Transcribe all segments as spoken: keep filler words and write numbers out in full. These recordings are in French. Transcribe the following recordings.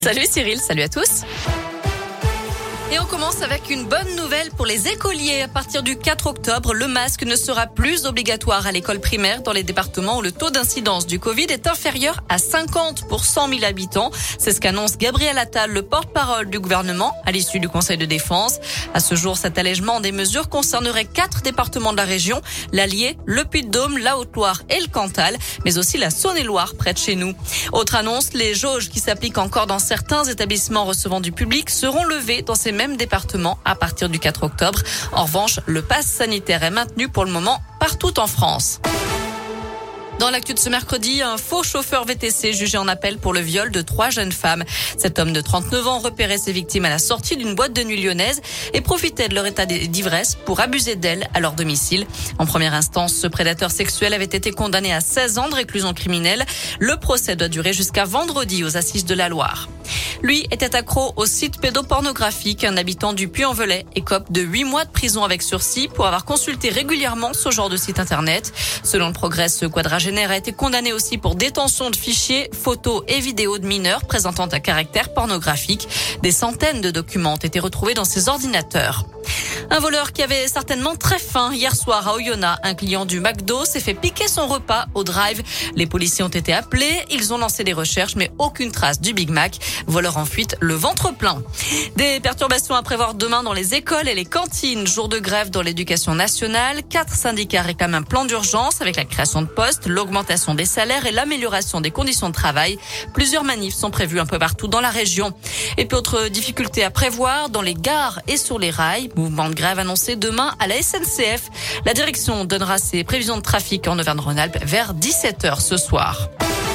Salut Cyril, salut à tous. Et on commence avec une bonne nouvelle pour les écoliers. À partir du quatre octobre, le masque ne sera plus obligatoire à l'école primaire dans les départements où le taux d'incidence du Covid est inférieur à cinquante pour cent mille habitants. C'est ce qu'annonce Gabriel Attal, le porte-parole du gouvernement, à l'issue du Conseil de défense. À ce jour, cet allègement des mesures concernerait quatre départements de la région, l'Allier, le Puy-de-Dôme, la Haute-Loire et le Cantal, mais aussi la Saône-et-Loire près de chez nous. Autre annonce, les jauges qui s'appliquent encore dans certains établissements recevant du public seront levées dans ces mêmes départements à partir du quatre octobre. En revanche, le pass sanitaire est maintenu pour le moment partout en France. Dans l'actu de ce mercredi, un faux chauffeur V T C jugé en appel pour le viol de trois jeunes femmes. Cet homme de trente-neuf ans repérait ses victimes à la sortie d'une boîte de nuit lyonnaise et profitait de leur état d'ivresse pour abuser d'elles à leur domicile. En première instance, ce prédateur sexuel avait été condamné à seize ans de réclusion criminelle. Le procès doit durer jusqu'à vendredi aux assises de la Loire. Lui était accro au site pédopornographique. Un habitant du Puy-en-Velay écope de huit mois de prison avec sursis pour avoir consulté régulièrement ce genre de site internet. Selon le Progrès, ce quadragénaire a été condamné aussi pour détention de fichiers, photos et vidéos de mineurs présentant un caractère pornographique. Des centaines de documents ont été retrouvés dans ses ordinateurs. Un voleur qui avait certainement très faim hier soir à Oyonnax. Un client du McDo s'est fait piquer son repas au drive. Les policiers ont été appelés. Ils ont lancé des recherches, mais aucune trace du Big Mac. Voleur en fuite, le ventre plein. Des perturbations à prévoir demain dans les écoles et les cantines. Jour de grève dans l'éducation nationale. Quatre syndicats réclament un plan d'urgence avec la création de postes, l'augmentation des salaires et l'amélioration des conditions de travail. Plusieurs manifs sont prévus un peu partout dans la région. Et puis autre difficulté à prévoir dans les gares et sur les rails. Mouvement de grève annoncé demain à la S N C F. La direction donnera ses prévisions de trafic en Auvergne-Rhône-Alpes vers dix-sept heures ce soir.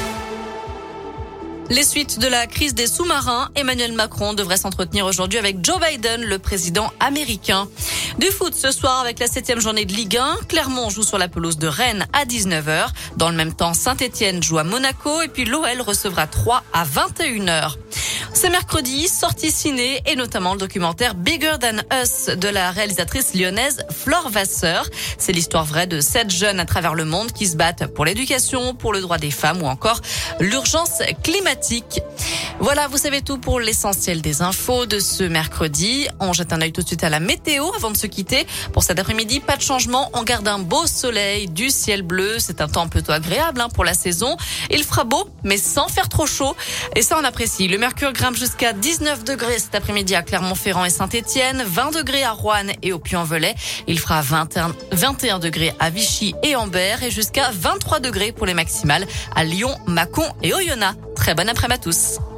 Les suites de la crise des sous-marins, Emmanuel Macron devrait s'entretenir aujourd'hui avec Joe Biden, le président américain. Du foot ce soir avec la septième journée de Ligue un. Clermont joue sur la pelouse de Rennes à dix-neuf heures. Dans le même temps, Saint-Étienne joue à Monaco et puis l'O L recevra Troyes à vingt et une heures. C'est mercredi, sortie ciné et notamment le documentaire Bigger Than Us de la réalisatrice lyonnaise Flore Vasseur. C'est l'histoire vraie de sept jeunes à travers le monde qui se battent pour l'éducation, pour le droit des femmes ou encore l'urgence climatique. Voilà, vous savez tout pour l'essentiel des infos de ce mercredi. On jette un œil tout de suite à la météo avant de se quitter. Pour cet après-midi, pas de changement. On garde un beau soleil, du ciel bleu. C'est un temps plutôt agréable hein, pour la saison. Il fera beau, mais sans faire trop chaud. Et ça, on apprécie. Le mercure grimpe jusqu'à dix-neuf degrés cet après-midi à Clermont-Ferrand et Saint-Étienne, vingt degrés à Roanne et au Puy-en-Velay. Il fera vingt et un, vingt et un degrés à Vichy et Ambert et jusqu'à vingt-trois degrés pour les maximales à Lyon, Mâcon et Oyonnax. Très bon après-midi à tous.